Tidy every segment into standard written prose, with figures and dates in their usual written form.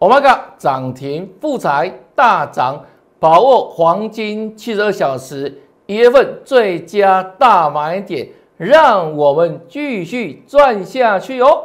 Omega 涨停，富彩大涨，把握黄金72小时1月份最佳大买点，让我们继续赚下去哦。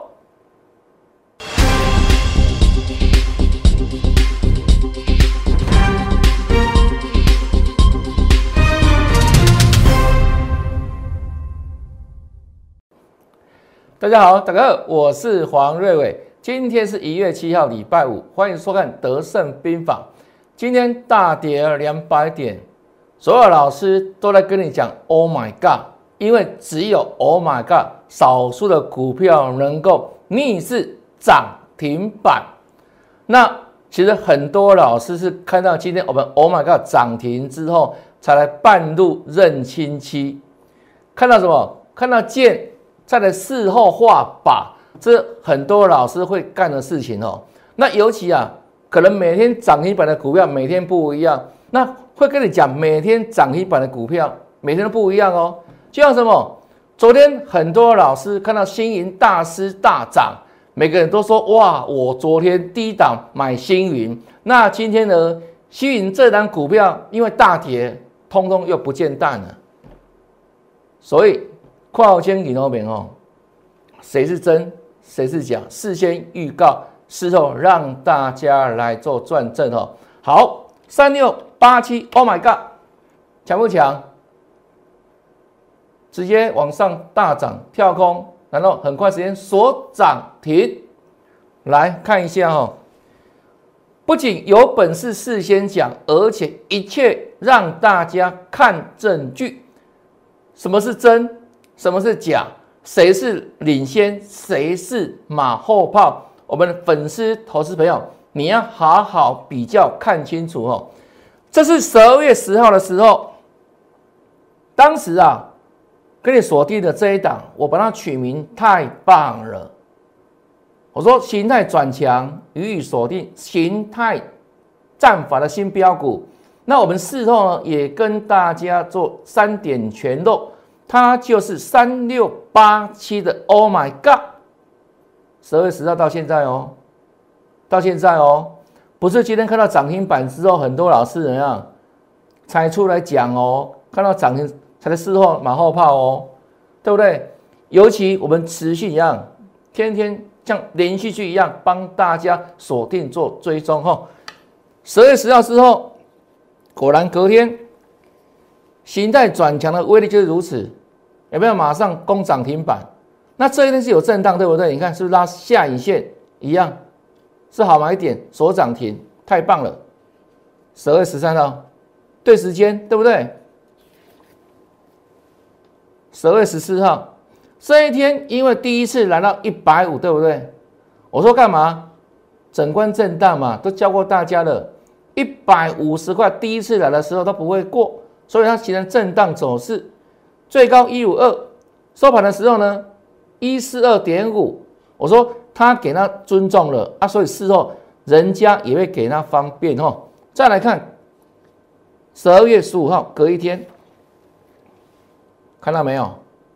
大家好，我是黄瑞伟。今天是1月7号，礼拜五，欢迎收看德胜兵法。今天大跌200点，所有老师都在跟你讲 Oh my God， 因为只有 Oh my God， 少数的股票能够逆势涨停板。那其实很多老师是看到今天我们 Oh my God 涨停之后，才来半路认亲戚，看到什么？看到剑。再来事后画靶，这很多老师会干的事情哦。那尤其可能每天涨停板的股票每天不一样，那会跟你讲每天涨停板的股票每天都不一样哦。就像什么，昨天很多老师看到星云大师大涨，每个人都说哇，我昨天低档买星云，那今天呢，星云这档股票因为大跌，通通又不见蛋了，所以。看好前几那边哦，谁是真，谁是假？事先预告，事后让大家来做转正哦。好，3687 ，Oh my God， 强不强？直接往上大涨跳空，然后很快时间锁涨停。来看一下哦，不仅有本事事先讲，而且一切让大家看证据。什么是真？什么是假？谁是领先？谁是马后炮？我们的粉丝、投资朋友，你要好好比较看清楚哦。这是12月10号的时候，当时跟你锁定的这一档，我把它取名太棒了。我说形态转强，予以锁定，形态战法的新标股。那我们事后呢，也跟大家做3点全漏。它就是3687的 Oh my God，12月10号到现在哦，不是今天看到涨停板之后，很多老师怎样才出来讲哦，看到涨停才在事后马后炮哦，对不对？尤其我们持续一样，天天像连续剧一样帮大家锁定做追踪哦。12月10号之后，果然隔天。形态转强的威力就是如此，有没有马上攻涨停板？那这一天是有震荡，对不对？你看是不是拉下影线一样，是好买点，锁涨停，太棒了！12月13号，对时间，对不对？12月14号，这一天因为第一次来到150，对不对？我说干嘛？整关震荡嘛，都教过大家了，150块第一次来的时候都不会过。所以它形成震荡走势，最高152，收盘的时候呢142.5。我说他给他尊重了所以事后人家也会给他方便哦。再来看12月15号，隔一天，看到没有？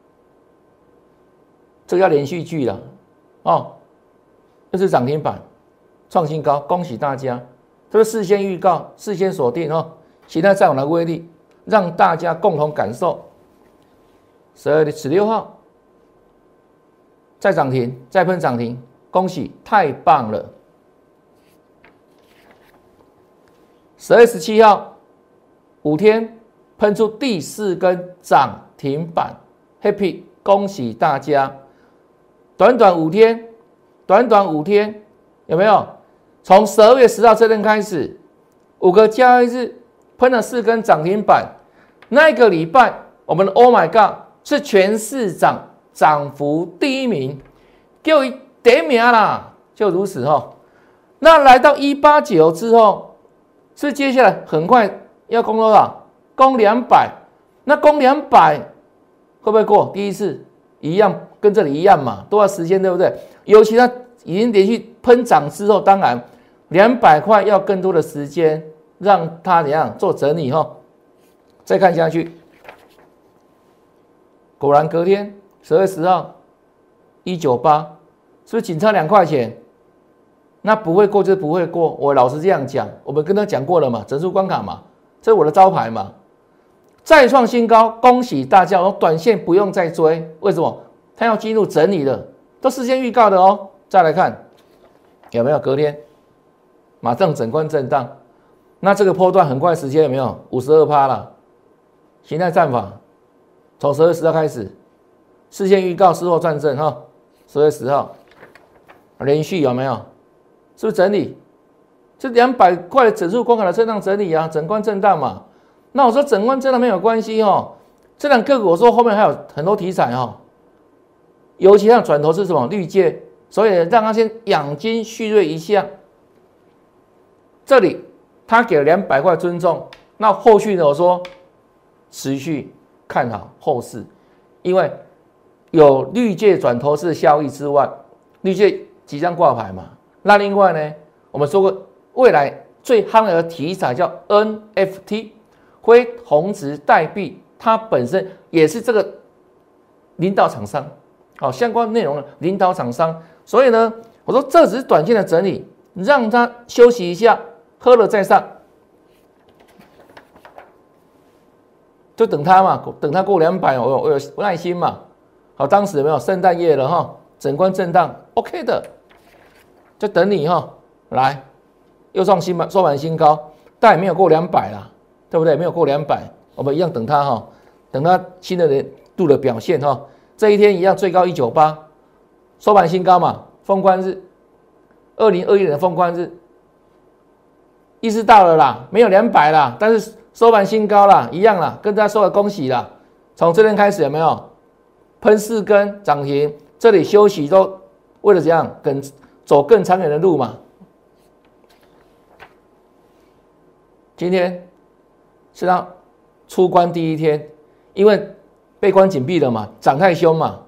这个叫连续剧了哦，这是涨停板，创新高，恭喜大家！这是事先预告，事先锁定哦，形态战法的威力。让大家共同感受。12月16号再涨停，再喷涨停，恭喜，太棒了！12月17号5天喷出第4根涨停板 ，Happy， 恭喜大家！短短5天，有没有？从12月10号这天开始，5个交易日。喷了4根涨停板，那个礼拜我们的 Oh my God 是全市场涨幅第1名，给我第名啦，就如此哈。那来到189之后，是接下来很快要攻多少？攻200，那攻200会不会过？第一次一样，跟这里一样嘛，多少时间对不对？尤其它已经连续喷涨之后，当然200块要更多的时间。让它怎样做整理再看下去，果然隔天12月10号198，是不是仅差2块钱？ 那不会过就是不会过，我老实这样讲，我们跟他讲过了嘛，整数关卡嘛，这是我的招牌嘛。再创新高，恭喜大家！我短线不用再追，为什么？它要进入整理了，都事先预告的哦。再来看有没有隔天马上整关震荡，那这个波段很快时间有没有52%了？形态战法从10月10号开始，事先预告，事后转正哈。10月10号连续有没有？是不是整理？这200块的整数关卡的震荡整理啊，整关震荡嘛。那我说整关震荡没有关系哦，这两个股我说后面还有很多题材哦，尤其像转头是什么绿界，所以让它先养精蓄锐一下。这里他给了200块尊重，那后续呢？我说持续看好后市，因为有绿界转头式效益之外，绿界即将挂牌嘛。那另外呢，我们说过未来最夯的题材叫 NFT。非同质代币，它本身也是这个领导厂商，好，相关内容的领导厂商。所以呢，我说这只是短线的整理，让它休息一下，喝了再上，就等它嘛，等它过200，我有耐心嘛。好，当时有没有圣诞夜了哈，整关震荡 ，OK 的，就等你哈，来又创收盘新高，但也没有过200啦。对不对？没有过200，我们一样等它哈，等它新的年度的表现哈。这一天一样最高198，收盘新高嘛，封关日，2021年的封关日，意识到了啦，没有200啦，但是收盘新高啦，一样啦，跟大家说了恭喜啦。从这天开始有没有喷4根涨停？这里休息都为了怎样走更长远的路嘛。今天是他出关第一天，因为被关紧闭了嘛，涨太凶嘛。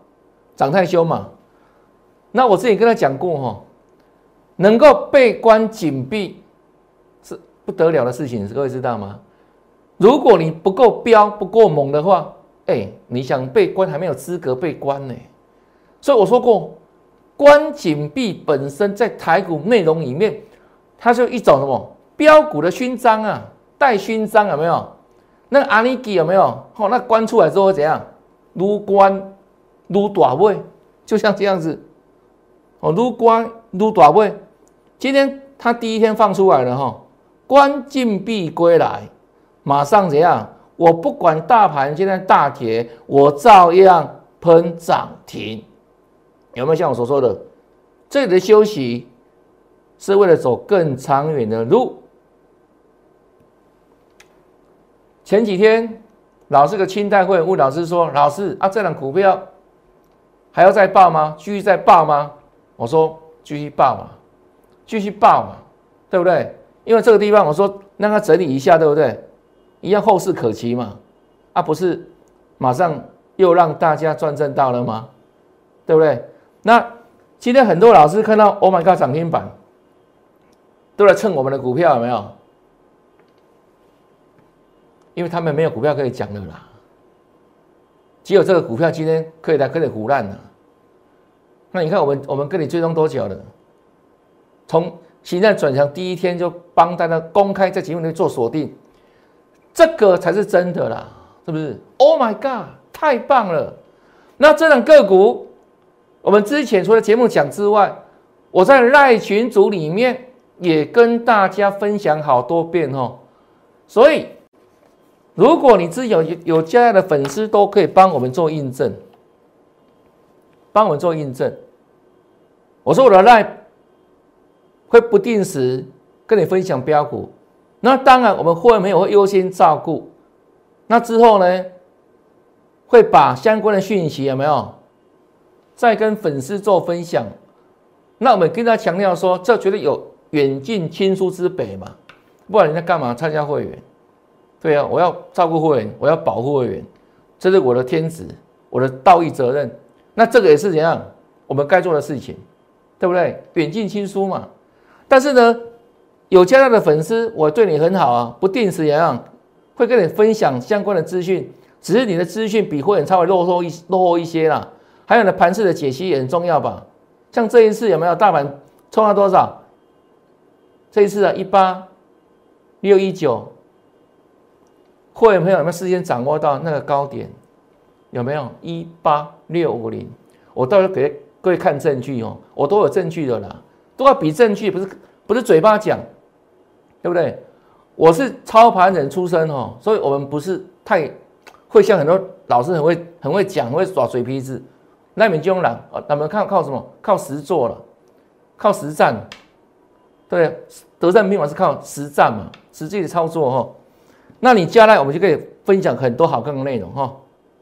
那我之前跟他讲过哈，能够被关紧闭是不得了的事情，各位知道吗？如果你不够彪、不够猛的话，你想被关还没有资格被关呢。所以我说过，关紧闭本身在台股内容里面，它是一种什么标股的勋章啊。带勋章有没有？那个阿尼基有没有？那关出来之后会怎样？愈关愈大尾，就像这样子。愈关愈大尾。今天他第一天放出来了哈，关禁闭归来，马上怎样？我不管大盘现在大跌，我照样喷涨停。有没有像我所说的？这里的休息是为了走更长远的路。前几天，老师个清代会问老师说：“老师啊，这档股票还要再报吗？继续再报吗？”我说：“继续报嘛，对不对？因为这个地方我说让它整理一下，对不对？一样后市可期嘛，不是马上又让大家赚正道了吗？对不对？那今天很多老师看到 Oh my God 涨停板，都来蹭我们的股票，有没有？”因为他们没有股票可以讲了啦，只有这个股票今天可以来跟你唬烂了。那你看我们跟你追踪多久了？从形态转强第一天就帮大家公开在节目里做锁定，这个才是真的啦，是不是 ？Oh my God， 太棒了！那这档个股，我们之前除了节目讲之外，我在赖群组里面也跟大家分享好多遍哦，所以。如果你自己有加赖的粉丝，都可以帮我们做印证，我说我的赖会不定时跟你分享标股，那当然我们会员会优先照顾。那之后呢，会把相关的讯息有没有再跟粉丝做分享？那我们跟他强调说，这绝对有远近亲疏之别嘛，不然你在干嘛参加会员？对啊，我要照顾会员，我要保护会员，这是我的天职，我的道义责任。那这个也是怎样我们该做的事情，对不对？远近亲疏嘛。但是呢，有加拿大的粉丝，我对你很好啊，不定时也样会跟你分享相关的资讯，只是你的资讯比会员稍微落后一些啦。还有呢，盘势的解析也很重要吧？像这一次有没有大盘冲到多少这一次啊18619，会员朋友有没有事先掌握到那个高点？有没有18650？我到时候给各位看证据哦，我都有证据的啦，都要比证据，不是嘴巴讲，对不对？我是操盘人出身哦，所以我们不是太会像很多老师很会讲，很会耍嘴皮子。那你们就人，他们靠什么？靠实做了，靠实战。对，德胜兵法是靠实战嘛，实际的操作哈。那你加来，我们就可以分享很多好看的内容哈。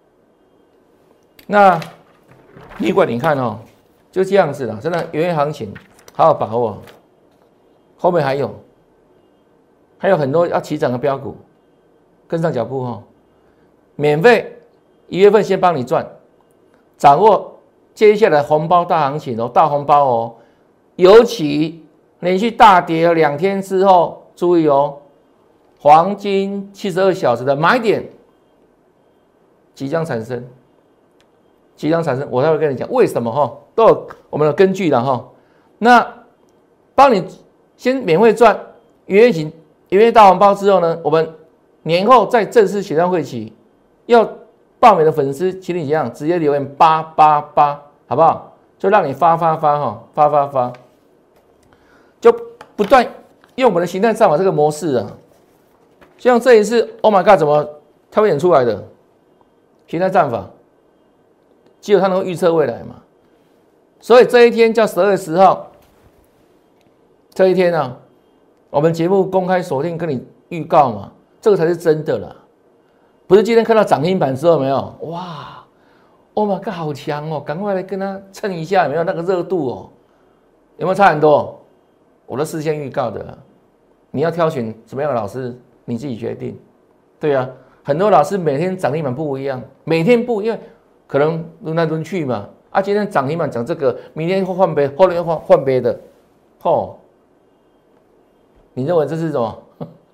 那你管你看哦，就这样子了，真的元月行情好好把握，后面还有很多要起涨的标股，跟上脚步哈。免费1月份先帮你赚，掌握接下来红包大行情哦，大红包哦，尤其连续大跌了2天之后，注意哦，黄金72小时的买点即将产生。我待会跟你讲为什么哈，都有我们的根据的哈。那帮你先免费赚元月大红包之后呢，我们年后再正式协商会期，要报名的粉丝，请你这样直接留言888，好不好？就让你发哈，发，就不断用我们的形态战法这个模式啊。像这一次 ，Oh my God， 怎么它会演出来的形态战法？只有它能够预测未来嘛，所以这一天叫12月10号，这一天啊，我们节目公开锁定跟你预告嘛，这个才是真的啦，不是今天看到涨停板之后没有，哇 ，Oh my God， 好强哦，赶快来跟他蹭一下，有没有那个热度哦？有没有差很多？我都事先预告的，你要挑选什么样的老师，你自己决定。对啊，很多老师每天涨停板不一样，每天不一样。可能轮来轮去嘛，啊，今天涨停板讲这个，明天会换别，后天又换别的，哦，你认为这是什么？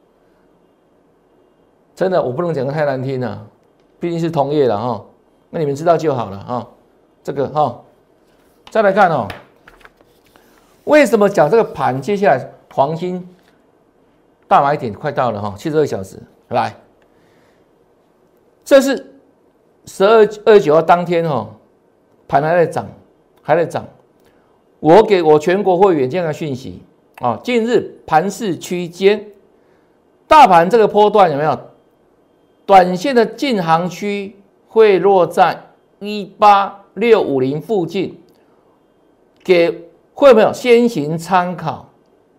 真的，我不能讲的太难听了，毕竟是同业了哈，那你们知道就好了哈。这个哈，再来看哦，为什么讲这个盘？接下来黄金大买点快到了哈，72小时来，这是。12月9号当天哦，盘还在涨。我给我全国会员这样的讯息啊，近日盘势区间，大盘这个波段有没有短线的进行区会落在18650附近，给会没有先行参考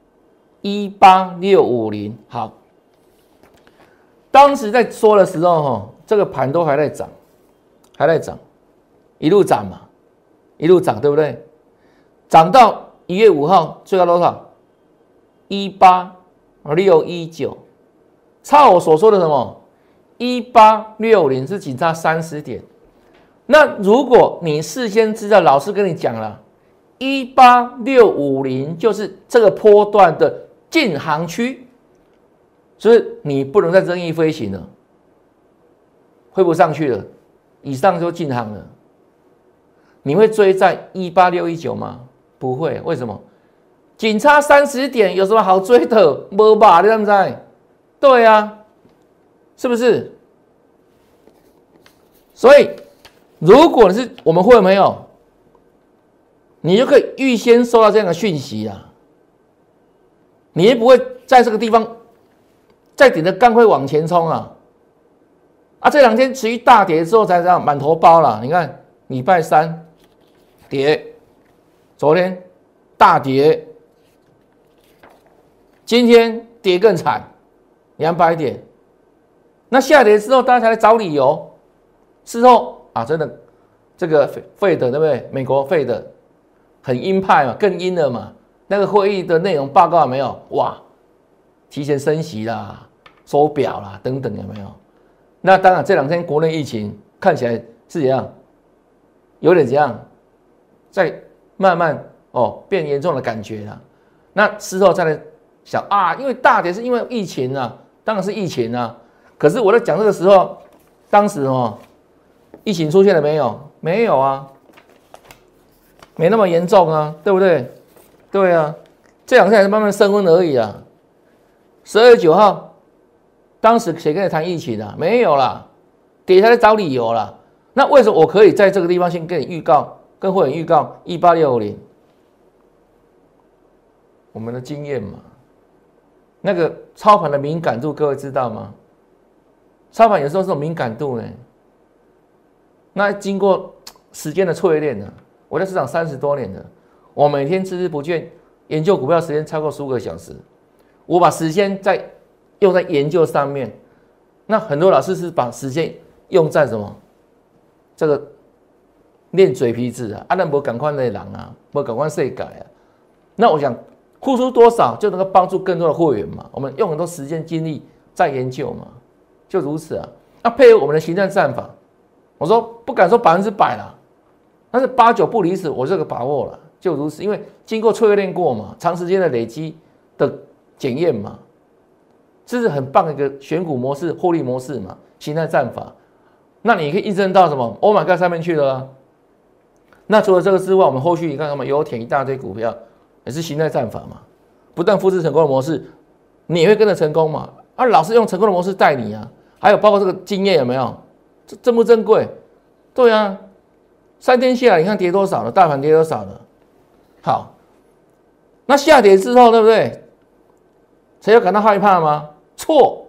18650。好，当时在说的时候哈，这个盘都还在涨。一路涨嘛，一路涨，对不对？涨到1月5号最高多少？18619，差我所说的什么？1860是仅差30点。那如果你事先知道，老师跟你讲了，18650就是这个波段的进行区，所以你不能再任意飞行了，飞不上去了。以上就进行了，你会追在18619吗？不会，为什么？仅差30点，有什么好追的？没吧，你知不知？对啊，是不是？所以，如果是我们会有没有，你就可以预先收到这样的讯息啊，你也不会在这个地方再顶着钢会往前冲啊。啊，这2天持续大跌之后才这样满头包了。你看，礼拜3跌，昨天大跌，今天跌更惨，200点。那下跌之后，大家才来找理由。事后啊，真的这个费的对不对？美国费的很鹰派嘛，更鹰了嘛。那个会议的内容报告有没有？哇，提前升息啦，收表啦，等等有没有？那当然，这2天国内疫情看起来是怎样，有点怎样，在慢慢变严重的感觉了。那事后再来想啊，因为大跌是因为疫情啊，当然是疫情啊。可是我在讲这个时候，当时疫情出现了没有？没有啊，没那么严重啊，对不对？对啊， 这两天还是慢慢升温而已啊。12月9号，当时谁跟你谈疫情啊？没有啦，跌下来找理由啦。那为什么我可以在这个地方先跟你预告，跟会员预告18650？我们的经验嘛，那个操盘的敏感度，各位知道吗？操盘有时候是种敏感度呢。那经过时间的淬炼呢，我在市场30多年了，我每天孜孜不倦研究股票时间超过15个小时，我把时间用在研究上面。那很多老师是把时间用在什么？这个练嘴皮子啊，那没赶快的人啊，没赶快世改啊。那我想付出多少就能够帮助更多的会员嘛？我们用很多时间精力在研究嘛，就如此啊。那配合我们的实战战法，我说不敢说100%啦，但是8、9不离10，我这个把握了，就如此。因为经过淬炼过嘛，长时间的累积的检验嘛，这是很棒的一个选股模式、获利模式嘛，形态战法。那你可以印证到什么 ？Oh my God 上面去了啊。那除了这个之外，我们后续你看什么？有填一大堆股票，也是形态战法嘛，不但复制成功的模式，你也会跟着成功嘛。啊，老师用成功的模式带你啊，还有包括这个经验有没有？这珍不珍贵？对啊，3天下来，你看跌多少了？大盘跌多少了？好，那下跌之后，对不对？谁要感到害怕吗？错，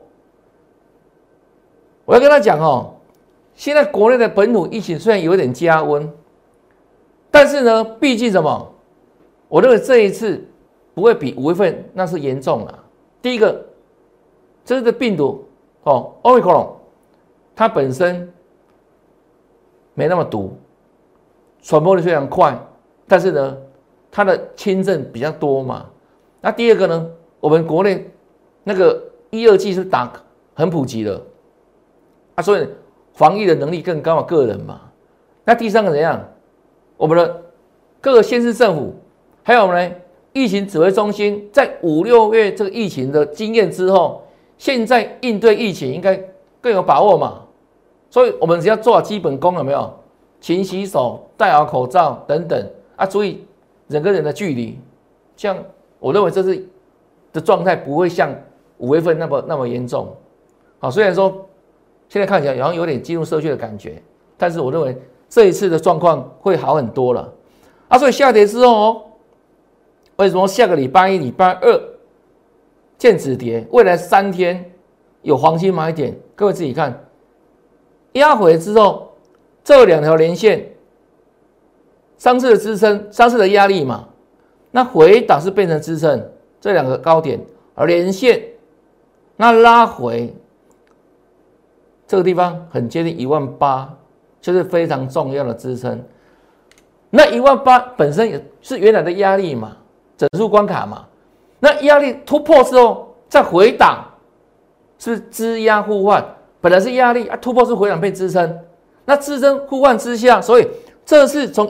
我要跟他讲哦，现在国内的本土疫情虽然有点加温，但是呢，毕竟什么？我认为这一次不会比5月份那是严重了。第一个，这个病毒哦 ，Omicron， 它本身没那么毒，传播力非常快，但是呢，它的轻症比较多嘛。那第二个呢，我们国内那个1、2剂是打很普及了啊，所以防疫的能力更高嘛，个人嘛。那第三个怎样？我们的各个县市政府，还有呢疫情指挥中心，在5、6月这个疫情的经验之后，现在应对疫情应该更有把握嘛。所以我们只要做好基本功，有没有？勤洗手、戴好口罩等等啊，注意人跟人的距离。这样，我认为这是的状态不会像5月份那么严重。好，虽然说现在看起来好像有点进入社区的感觉，但是我认为这一次的状况会好很多了。啊，所以下跌之后哦，为什么下个礼拜1、礼拜2见止跌？未来3天有黄金买点，各位自己看。压回之后，这2条连线，上次的支撑，上次的压力嘛，那回档是变成支撑，这2个高点，而连线那拉回这个地方很接近18000，就是非常重要的支撑。那18000本身也是原来的压力嘛，整数关卡嘛，那压力突破之后再回档，是支压互换。本来是压力啊，突破是回档被支撑，那支撑互换之下，所以这是从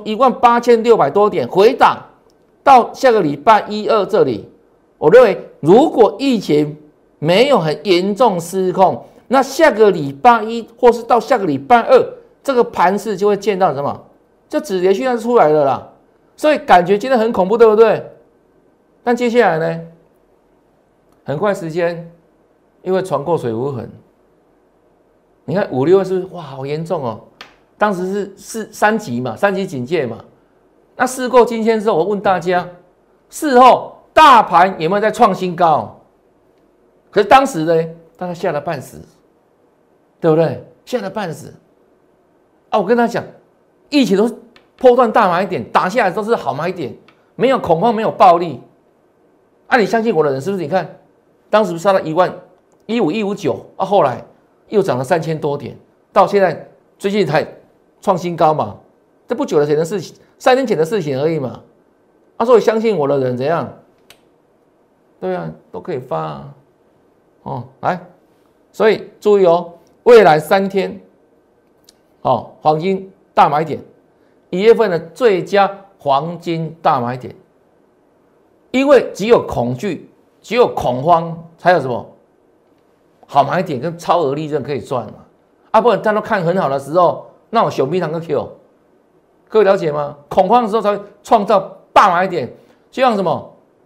18600多点回档到下个礼拜1、2这里，我认为如果疫情没有很严重失控，那下个礼拜1或是到下个礼拜2，这个盘势就会见到什么？就止跌讯号出来了啦。所以感觉今天很恐怖，对不对？但接下来呢，很快时间，因为船过水无痕。你看5、6月是不是哇好严重哦？当时是3级嘛，3级警戒嘛。那事过今天之后，我问大家，事后大盘有没有在创新高？可是当时呢，大家吓得半死，对不对？吓得半死啊！我跟他讲，疫情都是波段大买点，打下来都是好买点，没有恐慌，没有暴力。啊，你相信我的人是不是？你看，当时杀到1515159啊，后来又涨了3000多点，到现在最近才创新高嘛，这不久的前的事情，3天前的事情而已嘛。啊，所以相信我的人怎样？对啊，都可以发啊。哦，来，所以注意哦，未来3天，哦，黄金大买点，1月份的最佳黄金大买点，因为只有恐惧，只有恐慌，才有什么？好买点跟超额利润可以赚嘛？啊，不然大家都看很好的时候，那我小蜜糖跟 Q， 各位了解吗？恐慌的时候才会创造大买点，就像什么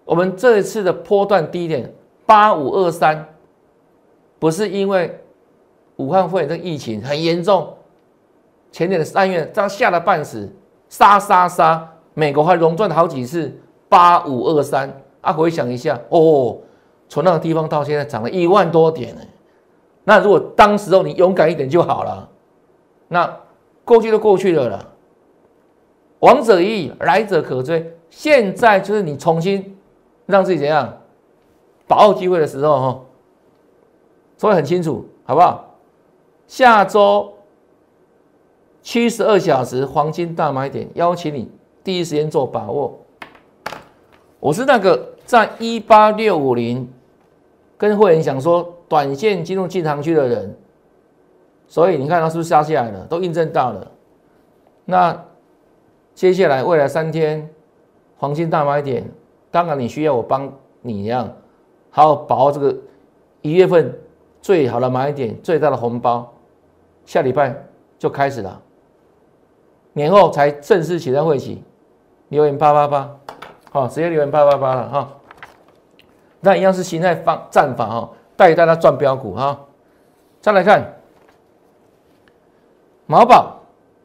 我们这一次的波段低点8523，不是因为武汉肺炎这个疫情很严重，前年的3月这样吓得半死，杀，美国还熔断了好几次，8523啊，回想一下哦，从那个地方到现在涨了1万多点呢。那如果当时候你勇敢一点就好了，那过去都过去了啦。往者已矣，来者可追。现在就是你重新让自己怎样把握机会的时候哈，说得很清楚，好不好？下周72小时黄金大买点，邀请你第一时间做把握。我是那个在18650跟会员讲说短线进入进场区的人，所以你看它是不是杀下来了，都印证到了。那接下来未来3天黄金大买点，当然你需要我帮你一样，好好把握这个1月份最好的买点，最大的红包，下礼拜就开始了，年后才正式启动会期，留言888，好，直接留言888了哈。那一样是形态战法哈，带大家赚标股哈。再来看毛宝，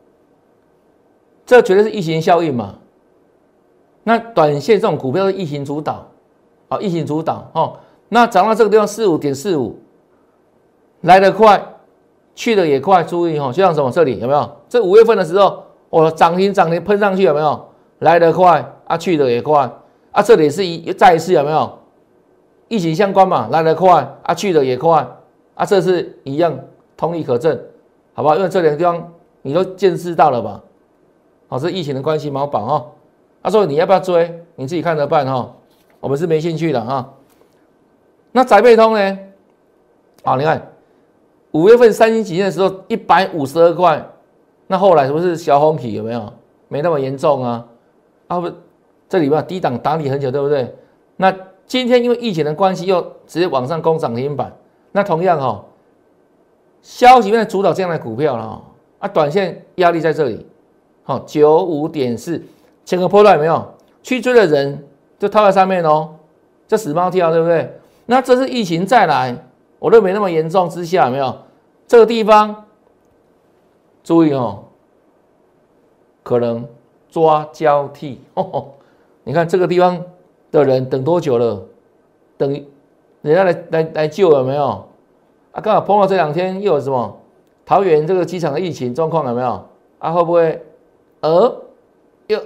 这绝对是疫情效应嘛。那短线这种股票是疫情主导，啊，疫情主导哦。那涨到这个地方45.45，来得快，去的也快，注意哦，就像什么这里有没有？这5月份的时候，哦，涨停喷上去有没有？来得快啊，去的也快啊，这里是再一次有没有？疫情相关嘛，来得快啊，去的也快啊，这是一样同理可证，好不好？因为这两个地方你都见识到了吧？好，是疫情的关系，毛宝哈。他说你要不要追？你自己看着办哈。我们是没兴趣的哈。那宅配通呢？好，你看5月份3星期线的时候152块，那后来是不是小红旗有没有？没那么严重啊。啊不，这里面低档打理很久，对不对？那今天因为疫情的关系，又直接往上攻涨停板。那同样哈，消息面主导这样的股票了哈。啊，短线压力在这里，好95.4，前个波段有没有？去追的人就套在上面哦，这死猫跳，对不对？那这次疫情再来，我认为没那么严重之下，有没有？这个地方注意哦，可能抓交替哦。你看这个地方的人等多久了？等人家来救有没有？啊，刚好碰到这2天又有什么？桃园这个机场的疫情状况有没有？啊，会不会又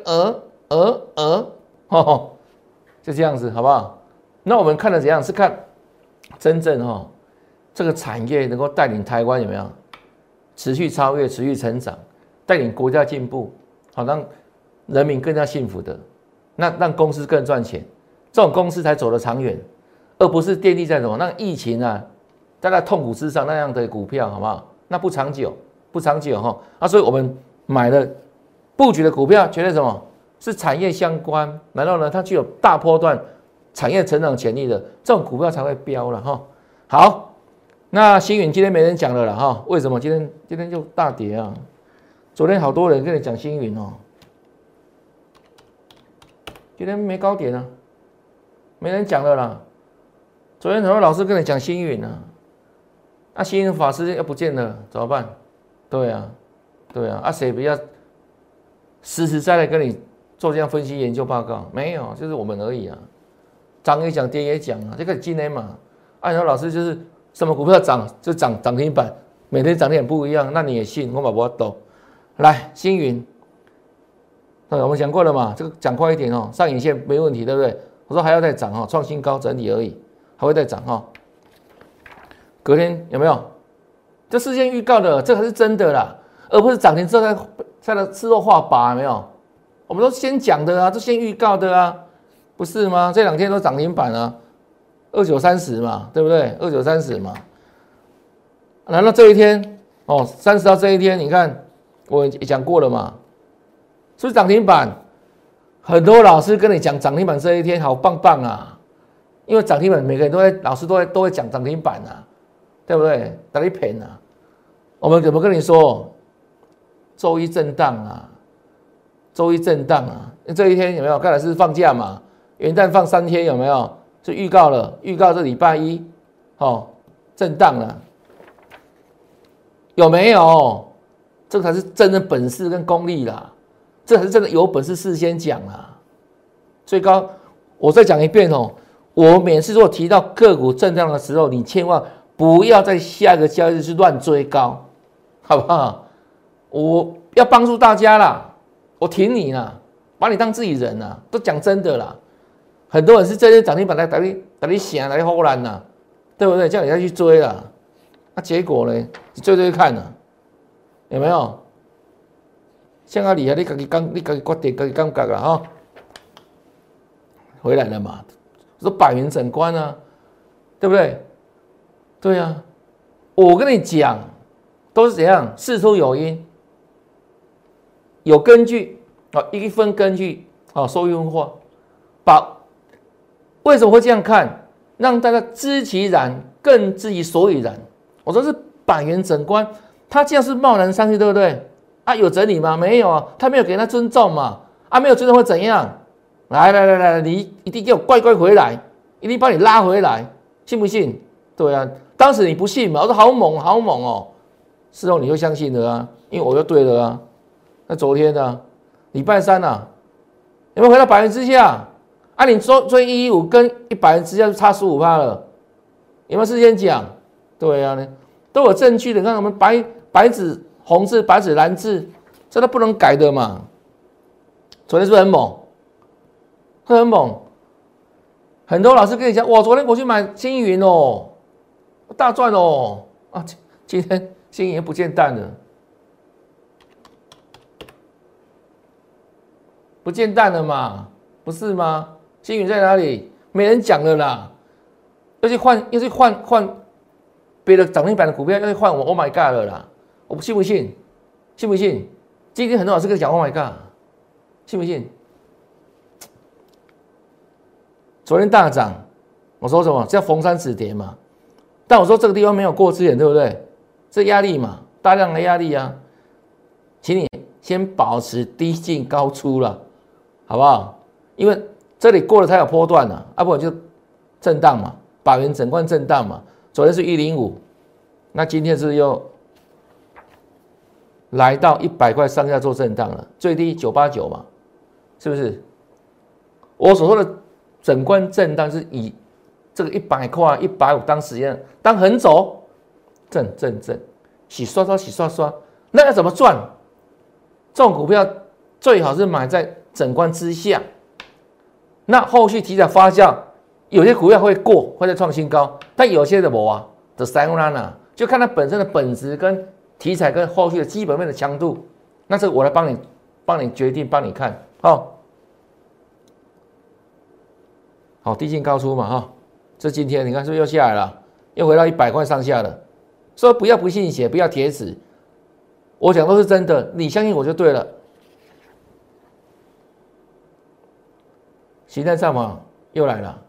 就这样子，好不好？那我们看的怎样？是看真正这个产业能够带领台湾有没有持续超越、持续成长，带领国家进步，好让人民更加幸福的，那让公司更赚钱，这种公司才走得长远，而不是奠定在什么那个疫情啊，大家痛苦之上那样的股票，好不好？那不长久，不长久哈。啊，所以我们买的布局的股票，绝对什么是产业相关，然后呢，它具有大波段产业成长潜力的这种股票才会飙了哈。好，那星云今天没人讲了啦哈，为什么今天就大跌啊？昨天好多人跟你讲星云哦，今天没高点啊，没人讲了啦。昨天很多老师跟你讲星云啊，那星云法师又不见了，怎么办？对啊，啊谁比较实实在在跟你做这样分析研究报告？没有，就是我们而已啊。涨也讲，跌也讲啊，这个今天嘛，按照老师就是什么股票涨就涨停板，每天涨点不一样，那你也信？我把我抖。来，星云，我们讲过了嘛，这个讲快一点哦，上影线没问题，对不对？我说还要再涨哈，创新高整理而已，还会再涨哈。隔天有没有？这事先预告的，这才是真的啦，而不是涨停之后再事后画靶，有没有？我们都先讲的啊，都先预告的啊，不是吗？这2天都涨停板啊，2930嘛，对不对？2930嘛。难道这一天哦，30号这一天，你看我也讲过了嘛，是不是涨停板？很多老师跟你讲涨停板这一天好棒棒啊，因为涨停板每个人老师都会讲涨停板啊，对不对？打你骗啊！我们怎么跟你说？周一震荡啊，这一天有没有？刚才是放假嘛， 元旦放3天有没有？就预告了，预告这礼拜一，震荡了，有没有？这才是真的本事跟功力啦，这才是真的有本事事先讲啦。最高，我再讲一遍哦，我每次如果提到个股震荡的时候，你千万不要在下一个交易日去乱追高，好不好？我要帮助大家啦，我挺你啦，把你当自己人啦，都讲真的啦。很多人是这些涨停板来打你想来忽然呐，对不对？叫你再去追啦，那结果呢？你追看呐，有没有？像阿里啊，你自己决定，自己感觉啦哈。回来了嘛？说百元整关啊，对不对？对啊，我跟你讲，都是怎样？事出有因，有根据啊，一分根据啊，说运化，为什么会这样看？让大家知其然，更知其所以然。我说是百元整关，他这样是贸然上去，对不对？啊，有整理吗？没有啊，他没有给他尊重嘛。啊，没有尊重会怎样？来，你一定给我乖乖回来，一定把你拉回来，信不信？对啊，当时你不信嘛，我说好猛哦，事后你就相信了啊，因为我就对了啊。那昨天呢，礼拜三啊，有没有回到百元之下？啊，你追115跟100元之下就差15%了，有没有事先讲？对啊，都有证据的。你看我们白纸红字、白纸蓝字，这都不能改的嘛。昨天是不是很猛？很猛。很多老师跟你讲，哇，昨天我去买星云哦，大赚哦。啊，今天星云不见蛋了，不见蛋了嘛，不是吗？星云在哪里？没人讲了啦。要去换别的涨停板的股票，要去换我 ，Oh my God 了啦！我信不信？信不信？今天很多老师跟你讲 ，Oh my God， 信不信？昨天大涨，我说什么？叫逢山止跌嘛。但我说这个地方没有过之前，对不对？这压力嘛，大量的压力啊，请你先保持低进高出了，好不好？因为这里过了才有波段啊，要不然就震荡嘛，百元整关震荡嘛。昨天是105，那今天是不是又来到100块上下做震荡了？最低989嘛，是不是？我所说的整关震荡是以这个100块、150当时间当横轴，震，洗刷，那要怎么赚？这种股票最好是买在整关之下，那后续提早发酵，有些股票会过，会再创新高，但有些的没啊，的三浪啊，就看它本身的本质跟题材跟后续的基本面的强度，那这个我来帮你决定，帮你看，好，低进高出嘛，哈，这今天你看是不是又下来了，又回到100块上下了，所以不要不信邪，不要铁齿，我讲都是真的，你相信我就对了。形态上嘛又来了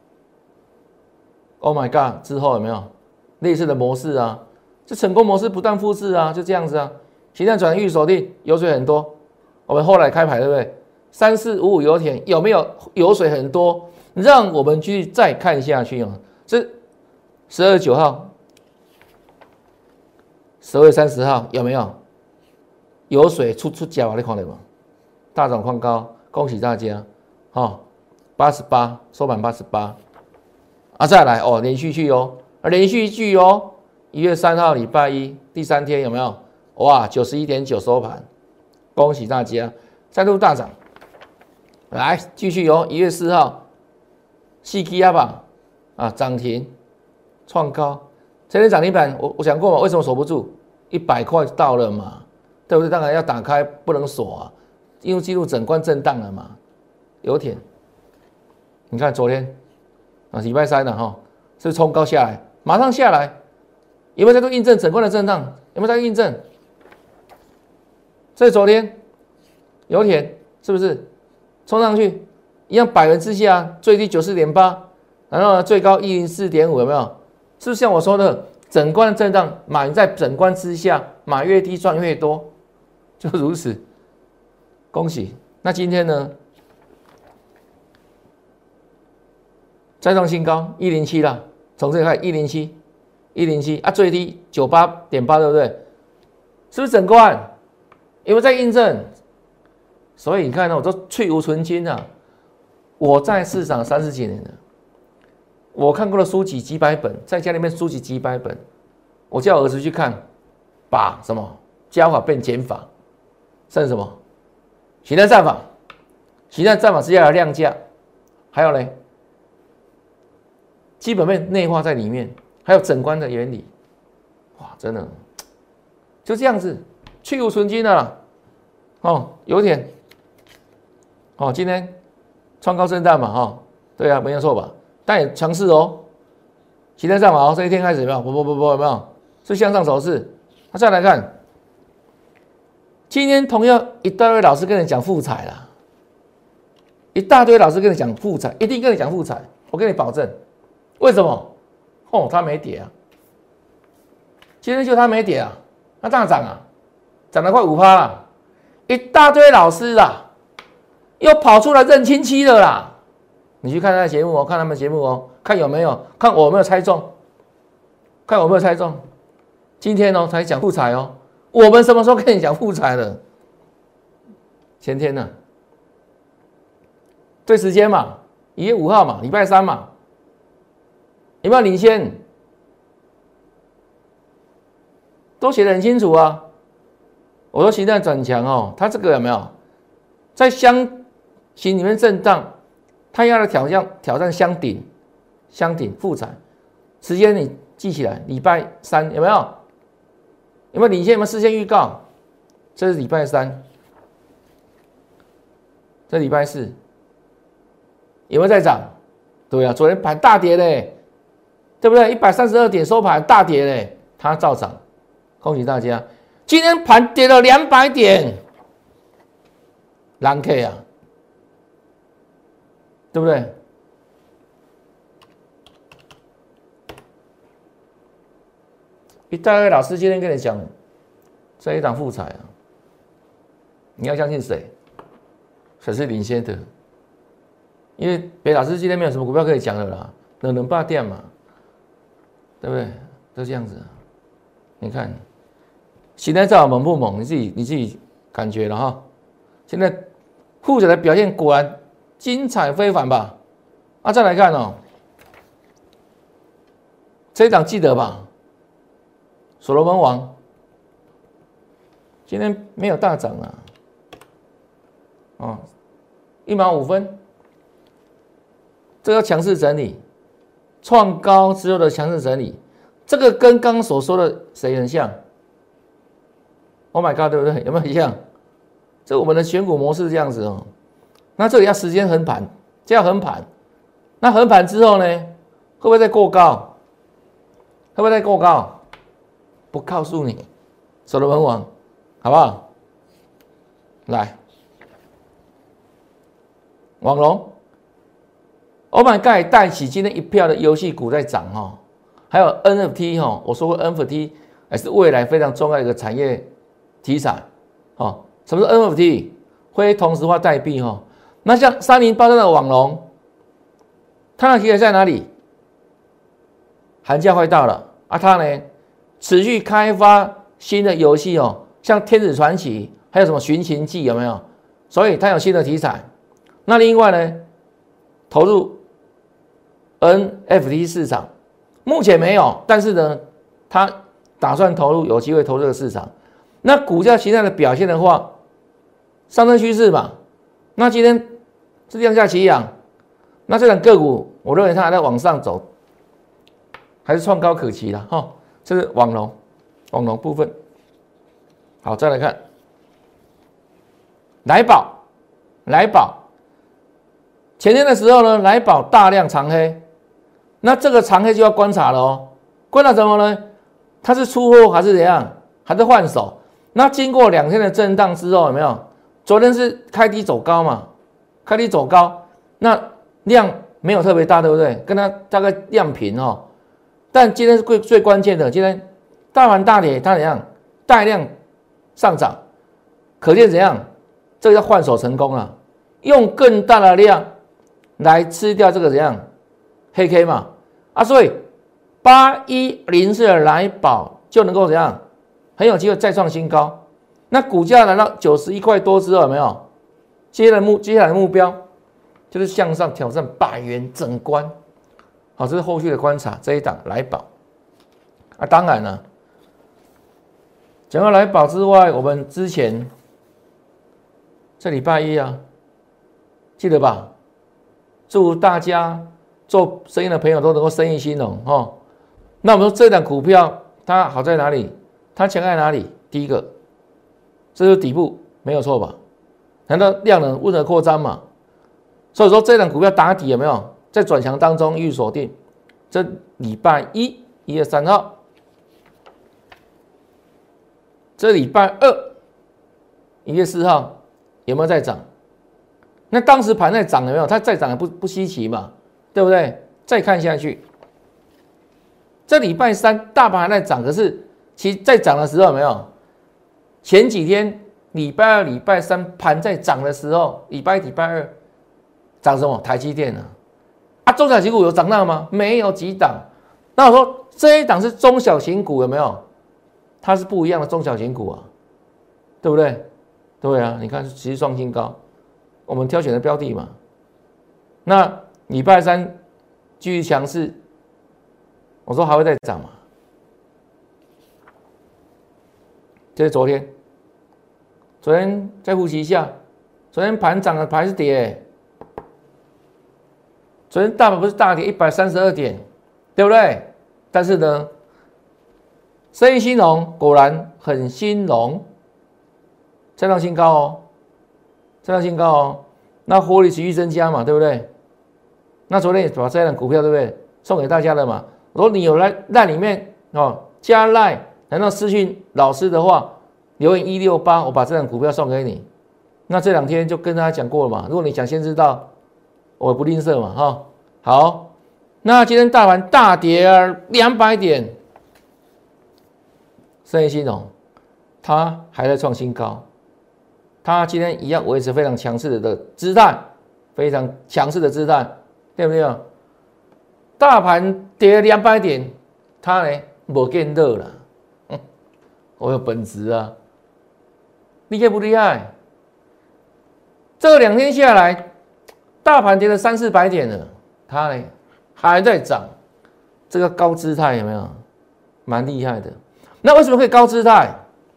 ，Oh my God！ 之后有没有类似的模式啊？这成功模式不断复制啊，就这样子啊。形态转预锁定，油水很多。我们后来开牌对不对？3455油田有没有油水很多？让我们去再看下去啊。这12月9号、12月30号有没有油水出脚啊？你看到吗？大涨创高，恭喜大家！88收盘88啊，再来哦，连续剧哦，连续剧哦。1月3号礼拜一第3天有没有？哇，91.9收盘，恭喜大家，再度大涨。来继续哦，1月4号细 K 啊吧，啊涨停创高，今天涨停板我讲过嘛，为什么锁不住？100块到了嘛，对不对？当然要打开，不能锁啊，进入整关震荡了嘛。油田，你看昨天啊，礼拜三了哈，是冲高下来，马上下来，有没有在做印证整关的震荡？有没有在印证？所以昨天油田是不是冲上去，一样100元之下，最低94.8，然后呢最高104.5，有没有？是不是像我说的，整关的震荡买在整关之下，买越低赚越多，就如此，恭喜。那今天呢？ 再创新高107啦，从这里看107啊，最低98.8，对不对？是不是整关？有没有在印证？所以你看呢，我都去无存菁啊。我在市场30几年了，我看过的书籍几百本，在家里面书籍几百本，我叫我儿子去看，把什么加法变减法，剩什么形态战法，形态战法是要来量价，还有呢，基本面内化在里面，还有整关的原理，哇，真的就这样子去无存菁的啦。哦，有点哦，今天创高震荡嘛，哈，对啊，没有错吧？但也强势哦，形态战法哦，这一天开始有没有？不，有没有？是向上走势。那再来看，今天同样一大堆老师跟你讲富彩啦，一大堆老师跟你讲富彩，一定跟你讲富彩，我跟你保证。为什么？哦，它没跌啊，今天就它没跌啊，那大涨啊，涨了快5%啦，一大堆老师啦，又跑出来认亲戚了啦。你去看他的节目哦，看他们节目哦，看有没有，看我有没有猜中，看我有没有猜中。今天哦才讲富彩哦，我们什么时候跟你讲富彩了？前天呢、对时间嘛，1月5号嘛，礼拜3嘛，有没有领先？都写得很清楚啊。我说形态转强哦，它这个有没有在箱型里面震荡？它要来挑战箱顶富彩，时间你记起来，礼拜3有没有？有没有领先？有没有事先预告？这是礼拜3，这礼拜4有没有在涨？对啊，昨天盘大跌嘞，对不对？132点收盘大跌嘞，它照涨，恭喜大家。今天盘跌了200点，蓝 K 啊，对不对？一大堆老师今天跟你讲这一档富彩啊，你要相信谁？谁是领先的？因为北老师今天没有什么股票可以讲的啦，能霸店嘛，对不对？都这样子啊。你看，形态战法猛不猛？你自己感觉了哈。现在富彩的表现果然精彩非凡吧？啊，再来看哦，这一档记得吧？所罗门王今天没有大涨啊，哦，1毛5分，这个强势整理，创高之后的强势整理，这个跟刚刚所说的谁很像 ？Oh my god， 对不对？有没有很像？这我们的选股模式这样子哦。那这里要时间横盘，这要横盘，那横盘之后呢，会不会再过高？会不会再过高？不告诉你，所罗门王，好不好？来，网龙 ，Oh my god， 带起今天一票的游戏股在涨哈，还有 NFT 哈，我说过 NFT 也是未来非常重要的一个产业题材哦。什么是 NFT？ 非同质化代币哈。那像3083的网龙，它的题材在哪里？寒假快到了啊，它呢？持续开发新的游戏哦，像天使传奇，还有什么寻秦记有没有？所以它有新的题材。那另外呢，投入 NFT 市场，目前没有，但是呢，它打算投入，有机会投入这个市场。那股价形态的表现的话，上升趋势嘛，那今天是量价齐扬，那这档个股，我认为它还在往上走，还是创高可期的哈。这是网龙部分。好，再来看来宝，前天的时候呢，来宝大量长黑，那这个长黑就要观察了哦。观察什么呢？它是出货还是怎样？还是换手？那经过2天的震荡之后，有没有？昨天是开低走高嘛，开低走高，那量没有特别大，对不对？跟它大概量平哦。但今天是最关键的，今天大盘大跌，它怎样带量上涨，可见怎样？这个叫换手成功了，用更大的量来吃掉这个怎样黑 K 嘛，所以8104的来宝就能够怎样，很有机会再创新高。那股价来到91块多之后，有没有？接下来的目标就是向上挑战100元整关。好，这是后续的观察。这一档来宝当然了，讲到来宝之外，我们之前这礼拜一记得吧？祝大家做生意的朋友都能够生意兴隆哦。那我们说这档股票它好在哪里？它强在哪里？第一个，这就是底部，没有错吧？难道量能温和扩张嘛？所以说这档股票打底有没有在转强当中预锁定？这礼拜1月3号，这礼拜2 1月4号有没有在涨？那当时盘在涨有没有？它再涨也不稀奇嘛，对不对？再看下去，这礼拜3大盘还在涨，可是其实在涨的时候有没有？前几天礼拜2、礼拜3盘在涨的时候，礼拜1、礼拜2涨什么？台积电中小型股有涨到吗？没有几档。那我说这一档是中小型股有没有？它是不一样的中小型股对不对？对啊，你看持续创新高，我们挑选的标的嘛。那礼拜3继续强势，我说还会再涨嘛？这是昨天再复习一下，昨天盘涨了还是跌？昨天大盘不是大跌132点，对不对？但是呢，生意兴隆，果然很兴隆，再创新高那获利持续增加嘛，对不对？那昨天也把这档股票对不对送给大家了嘛？如果你有赖里面加赖，难道私讯老师的话，留言168，我把这档股票送给你。那这2天就跟大家讲过了嘛，如果你想先知道，我不吝啬嘛好，那今天大盘大跌200点，生意兴隆，它还在创新高，它今天一样维持非常强势的姿态，非常强势的姿态，对不对？大盘跌200点，它呢没变热了，我有本质厉害不厉害？这2天下来，大盘跌了300-400点了，它呢还在涨，这个高姿态有没有？蛮厉害的。那为什么可以高姿态？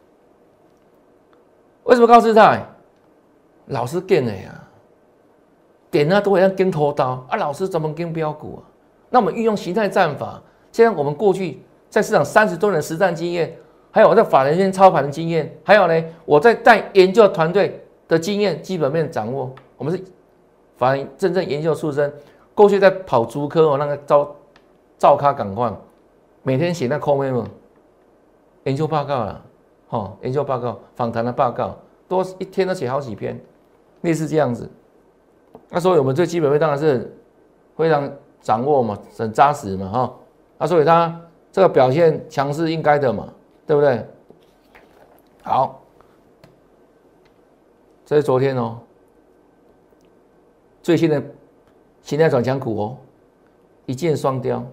为什么高姿态？老师跟的点都会像跟头刀老师怎么跟标股那我们运用形态战法，现在我们过去在市场30多年的实战经验，还有我在法人圈操盘的经验，还有呢我在带研究团队的经验，基本面掌握。我们是法人真正研究出身，过去在跑竹科那个照咖赶快，每天写那 comment 研究报告研究报告、访谈的报告，一天都写好几篇，类似这样子。所以我们最基本面当然是非常掌握嘛，很扎实嘛所以它这个表现强势应该的嘛，对不对？好，这是昨天最新的形态转强股一箭双雕，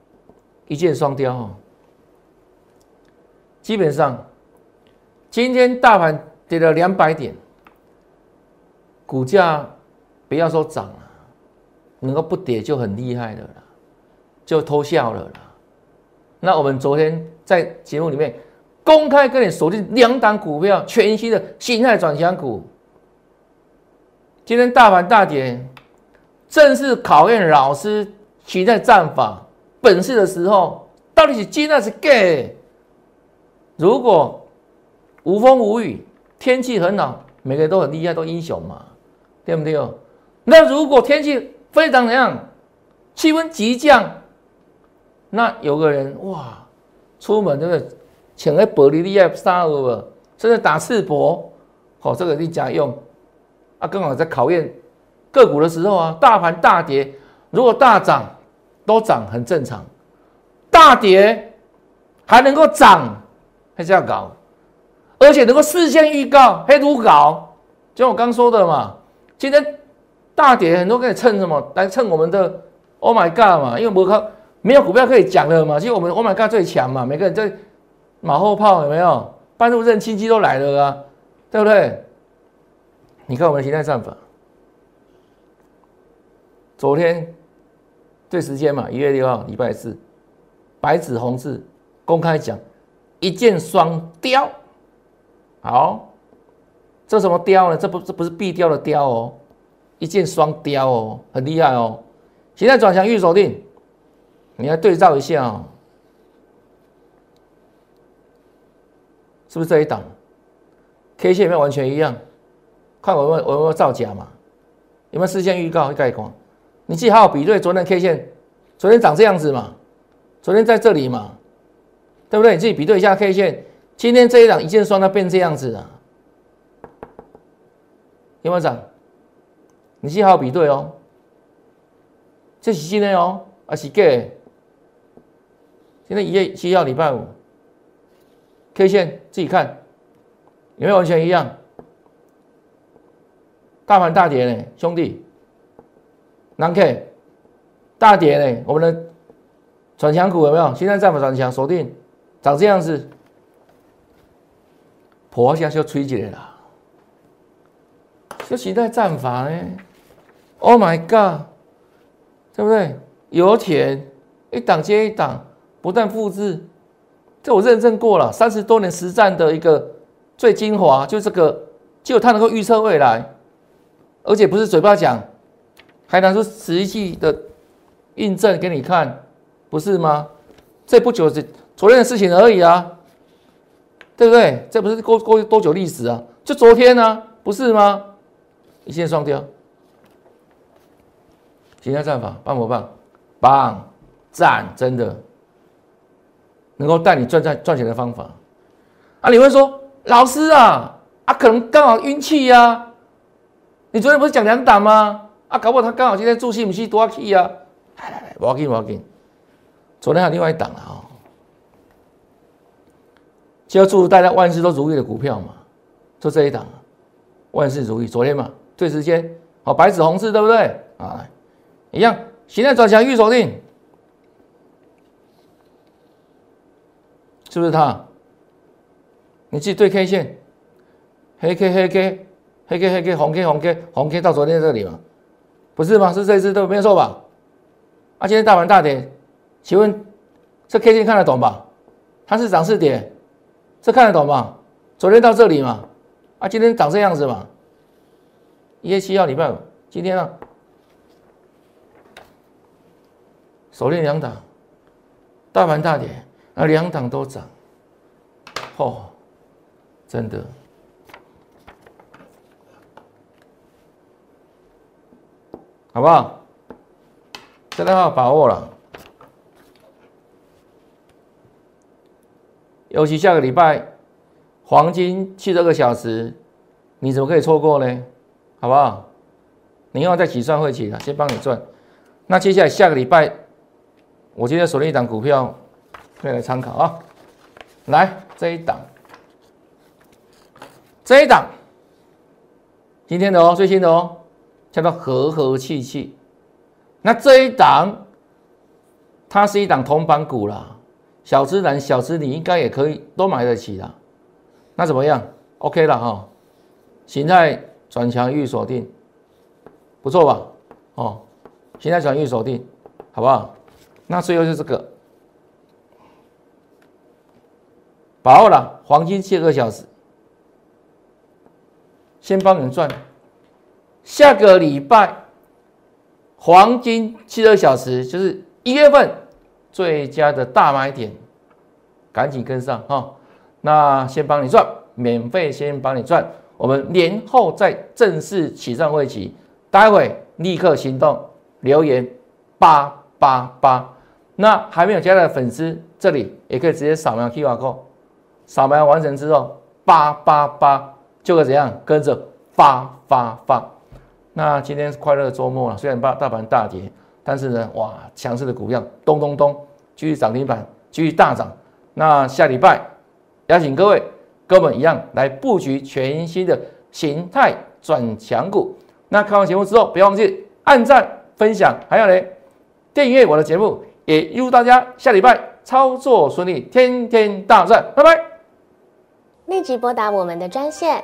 基本上今天大盘跌了200点，股价不要说涨了，能够不跌就很厉害了啦，就偷笑了啦。那我们昨天在节目里面公开跟你锁定2档股票，全新的形态转强股。今天大盘大跌，正是考验老师形态战法本事的时候，到底是真还是假？如果无风无雨，天气很好，每个人都很厉害，都英雄嘛，对不对？那如果天气非常怎样，气温急降，那有个人出门对不对？穿个玻璃的衫有甚至打赤膊，这个你家用刚好在考验个股的时候大盘大跌，如果大涨都涨很正常，大跌还能够涨，还是要搞，而且能够事先预告，还如搞，就像我刚说的嘛，今天大跌很多可以蹭什么？来蹭我们的 ，Oh my God 嘛，因为没有股票可以讲了嘛，其实我们 Oh my God 最强嘛，每个人在马后炮有没有？半路认亲戚都来了啊，对不对？你看我们的形态战法，昨天对时间嘛，1月6号礼拜四，白纸红字公开讲，一箭双雕。好，这什么雕呢？这不是壁雕的雕哦，一箭双雕哦，很厉害哦。形态转强预锁定，你来对照一下哦，是不是这一档 ？K 线有没有完全一样？看我有没有造假嘛？有没有事先预告概况？你自己好好比对昨天的 K 线，昨天长这样子嘛，昨天在这里嘛，对不对？你自己比对一下 K 线，今天这一档一箭双它变这样子啊，有没有涨？你自己好好比对哦，这是今天哦，是假的。今天1月7号礼拜五 ，K 线自己看有没有完全一样？大盘大跌呢，兄弟，南 K 大跌呢，我们的转强股有没有？现在战法转强锁定，长这样子，破一下就吹起来了，就形态战法呢 ，Oh my God， 对不对？油田一档接一档，不断复制，这我认证过了，30多年实战的一个最精华，就这个，就它能够预测未来。而且不是嘴巴讲，还拿出实际的印证给你看，不是吗？这不久昨天的事情而已啊，对不对？这不是过多久历史啊？就昨天啊，不是吗？一线双雕，形态战法棒不棒？棒，赞，真的能够带你赚钱的方法啊！你会说，老师啊，可能刚好运气啊。你昨天不是讲2档吗？搞不好他刚好今天助兴不是多起啊！来，不要紧，昨天还有另外一档啊、哦，就要祝大家万事都如意的股票嘛，就这一档，万事如意。昨天嘛，对时间，好，白纸红字，对不对？啊，一样，形态转强预锁定，是不是它？你自己对 K 线，黑 K。黑 K 红 K 到昨天这里嘛，不是吗？是这一只都没有错吧？今天大盘大跌，请问这 K 线看得懂吧？它是涨是跌，这看得懂吧？昨天到这里嘛，今天长这样子嘛。1月7号礼拜五，今天呢，锁定2档，大盘大跌，2档都涨，真的。好不好？真的要把握了，尤其下个礼拜黄金72个小时，你怎么可以错过呢？好不好？你要再起算会起的，先帮你赚。那接下来下个礼拜，我今天锁定一档股票，可以来参考啊。来这一档，今天的哦，最新的哦。叫做和气气，那这一档，它是一档铜板股啦，小资男、小资女应该也可以都买得起啦。那怎么样 ？OK 了哈，形态转强预锁定，不错吧？哦，形态转预锁定，好不好？那最后就是这个，把握了黄金72个小时，先帮你们赚。下个礼拜黄金72小时就是1月份最佳的大买点，赶紧跟上哈！那先帮你赚，免费先帮你赚，我们年后再正式起算会期，待会立刻行动，留言888。那还没有加的粉丝，这里也可以直接扫描 QR code， 扫描完成之后888就可以怎样跟着发。那今天是快乐的周末了，虽然大盘大跌，但是呢，哇，强势的股票咚，继续涨停板，继续大涨。那下礼拜邀请各位跟我们一样来布局全新的形态转强股。那看完节目之后，不要忘记按赞、分享，还有呢， 订阅我的节目，也预祝大家下礼拜操作顺利，天天大赚，拜拜。 立即拨打我们的专线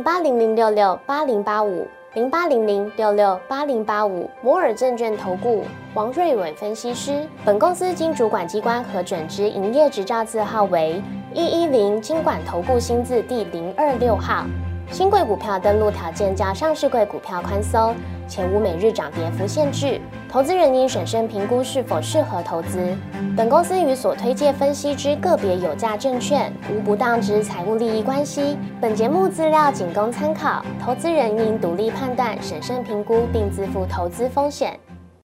08006680850800668085摩尔证券投顾王瑞伟分析师。本公司经主管机关核准之营业执照字号为110金管投顾新字第026号。新贵股票登录条件较上市柜股票宽松，且无每日涨跌幅限制。投资人应审慎评估是否适合投资。本公司与所推介分析之个别有价证券无不当之财务利益关系。本节目资料仅供参考，投资人应独立判断、审慎评估，并自负投资风险。